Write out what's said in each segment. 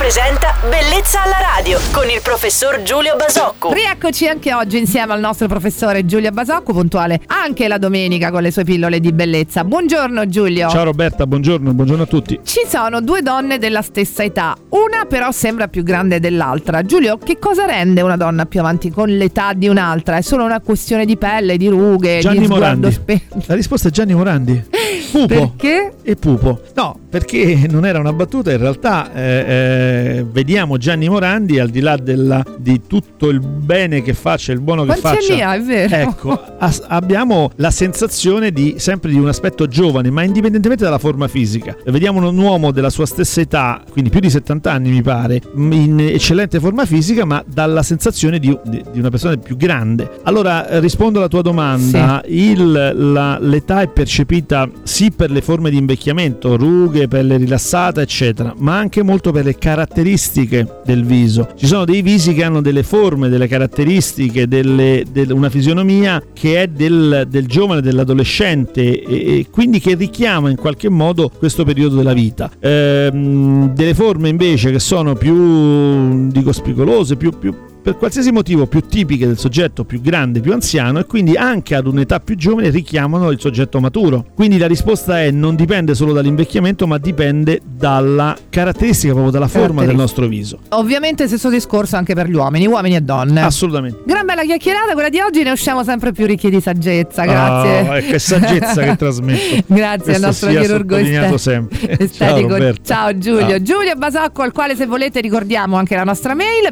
presenta Bellezza alla radio con il professor Giulio Basocco. Rieccoci anche oggi insieme al nostro professore Giulio Basocco, puntuale anche la domenica con le sue pillole di bellezza. Buongiorno Giulio. Ciao Roberta, buongiorno a tutti. Ci sono due donne della stessa età, una però sembra più grande dell'altra. Giulio, che cosa rende una donna più avanti con l'età di un'altra? È solo una questione di pelle, di rughe, Gianni di sguardo Morandi. spento? La risposta è Gianni Morandi. Pupo. Perché? E Pupo. No, perché non era una battuta, in realtà vediamo Gianni Morandi, al di là di tutto il bene che faccia, il buono che Quanti faccia. anni ha, è vero? Ecco, abbiamo la sensazione sempre di un aspetto giovane, ma indipendentemente dalla forma fisica. Vediamo un uomo della sua stessa età, quindi più di 70 anni mi pare, in eccellente forma fisica, ma dalla sensazione di una persona più grande. Allora, rispondo alla tua domanda. Sì. L'età è percepita sì per le forme di invecchiamento, rughe, pelle rilassata, eccetera, ma anche molto per le caratteristiche del viso. Ci sono dei visi che hanno delle forme, delle caratteristiche, una fisionomia che è del giovane, dell'adolescente, e quindi che richiama in qualche modo questo periodo della vita. Delle forme invece che sono più, dico, spigolose, più per qualsiasi motivo più tipiche del soggetto più grande, più anziano, e quindi anche ad un'età più giovane richiamano il soggetto maturo. Quindi la risposta è: non dipende solo dall'invecchiamento, ma dipende dalla caratteristica, proprio dalla forma del nostro viso. Ovviamente stesso discorso anche per gli uomini e donne. Assolutamente. Gran bella chiacchierata quella di oggi, ne usciamo sempre più ricchi di saggezza. Grazie. Che saggezza che trasmetto. Grazie al nostro chirurgo estetico. Ciao Giulio. Giulio Basocco, al quale, se volete, ricordiamo anche la nostra mail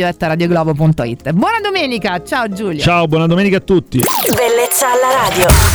bellezzalaradio@radioglobo.it. Buona domenica, ciao Giulio. Ciao, buona domenica a tutti. Bellezza alla radio.